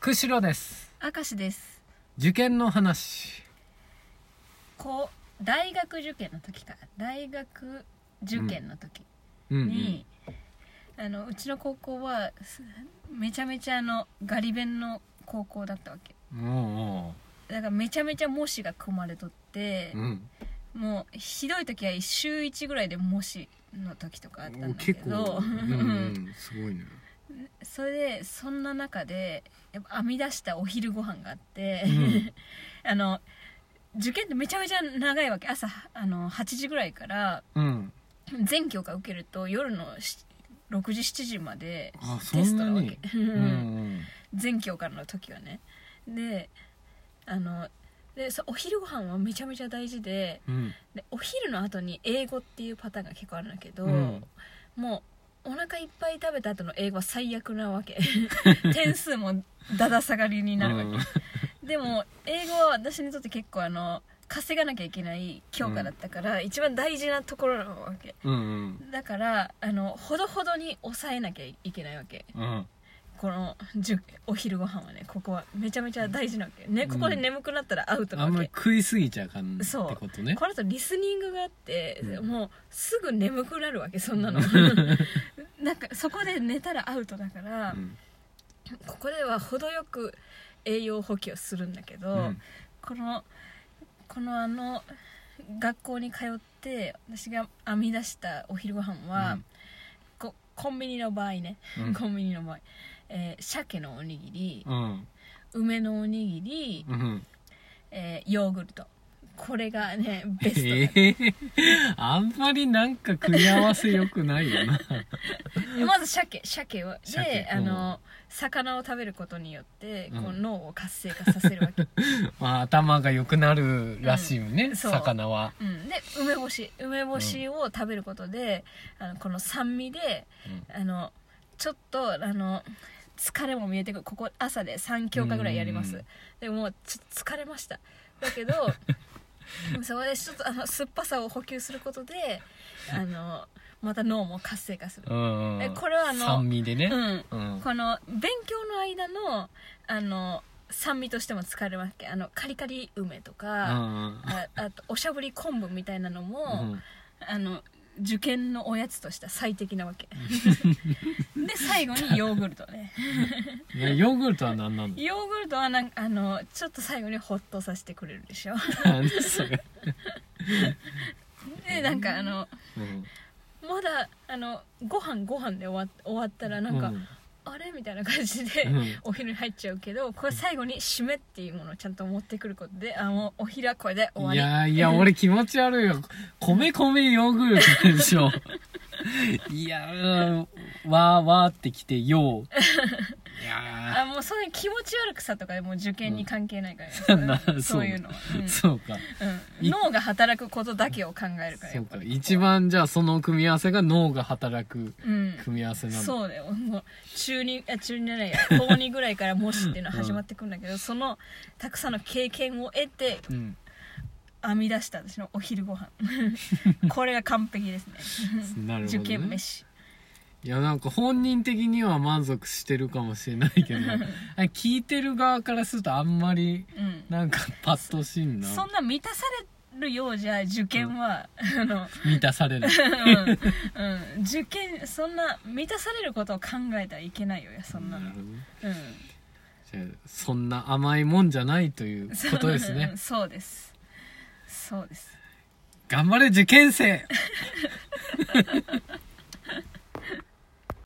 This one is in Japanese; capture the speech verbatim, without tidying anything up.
釧路です。 明石です。 受験の話。 こう大学受験の時か大学受験の時に、 うんうんうんあのうちの高校はめちゃめちゃあのガリ勉の高校だったわけ。 おうおだからめちゃめちゃ模試が組まれとって、 う、うん、 もうひどい時は週いちぐらいで模試の時とかあったんだけ結構、 ど、 うんうん、すごいね。 それでそんな中でやっぱ編み出したお昼ご飯があって、 うん、 あの受験ってめちゃめちゃ長いわけ。朝あのはちじぐらいから全教科受けると夜のろくじしちじまでテストなわけ。 うんうん、 全教科の時はね。であのでお昼ご飯はめちゃめちゃ大事 で,、うん、でお昼の後に英語っていうパターンが結構あるんだけど、うん、もうお腹いっぱい食べた後の英語は最悪なわけ点数もだだ下がりになるわけ、うん、でも英語は私にとって結構あの稼がなきゃいけない教科だったから、うん、一番大事なところなわけ、うんうん、だからあのほどほどに抑えなきゃいけないわけ、うん、このお昼ご飯はね、ここはめちゃめちゃ大事なわけ、ね、ここで眠くなったらアウトなわけ、 あんまり食いすぎちゃうかんってことね。 この後リスニングがあって、うん、もうすぐ眠くなるわけ、そんなのなんかそこで寝たらアウトだから、うん、ここでは程よく栄養補給をするんだけど、うん、このこのあの学校に通って私が編み出したお昼ご飯は、うん、こコンビニの場合ね、うん、コンビニの場合、えー、鮭のおにぎり、うん、梅のおにぎり、うん、えー、ヨーグルト、これがねベストだ、 えー、あんまりなんか組み合わせ良くないよなまず鮭鮭はで、あの魚を食べることによって、うん、こう脳を活性化させるわけまあ頭が良くなるらしいよね、うん、魚は、 うん、で梅干し梅干しを食べることで、うん、あのこの酸味で、うん、あのちょっとあの疲れも見えてくる。ここ朝でさん教科ぐらいやります。でももうちょっと疲れました。だけどそこでちょっとあの酸っぱさを補給することであのまた脳も活性化する、うんうん、これはあの酸味でね、 うんうん、この勉強の間のあの酸味としても使えるわけ。あのカリカリ梅とか、うんうん、あ, あとおしゃぶり昆布みたいなのも、うん、あの受験のおやつとしては最適なわけで最後にヨーグルトねヨーグルトは何なんだ。 ヨーグルトはなんかあのちょっと最後にホッとさせてくれるでしょそれでなんかあの、うん、まだあのご飯ご飯で終 わ, 終わったらなんか、うん、あれみたいな感じで、うん、お昼に入っちゃうけど、これ最後に締めっていうものをちゃんと持ってくることで、あのお昼はこれで終わり。 いやいや俺気持ち悪いよ米米ヨーグルトでしょいやーわーわーってきてよいやあもうそういう気持ち悪くさとかでも受験に関係ないからね、うん、そういうのは、 うん、そうか、 うん、脳が働くことだけを考えるから。 そうか、一番じゃあその組み合わせが脳が働く組み合わせなの、うん、 そうだよ。もう中にあ中にじゃないや高にぐらいから模試っていうのは始まってくるんだけど、うん、そのたくさんの経験を得て、うん編み出した私のお昼ご飯これが完璧ですねなるほどね、受験飯。 いやなんか本人的には満足してるかもしれないけど聞いてる側からするとあんまりなんかパッとしんな、 うん、そ, そんな満たされるようじゃ受験は、うん、あの満たされない、 うんうん、受験そんな満たされることを考えたらいけないよそんなの、なるほど、うん、 じゃあそんな甘いもんじゃないということですねそうですそうです。 頑張れ受験生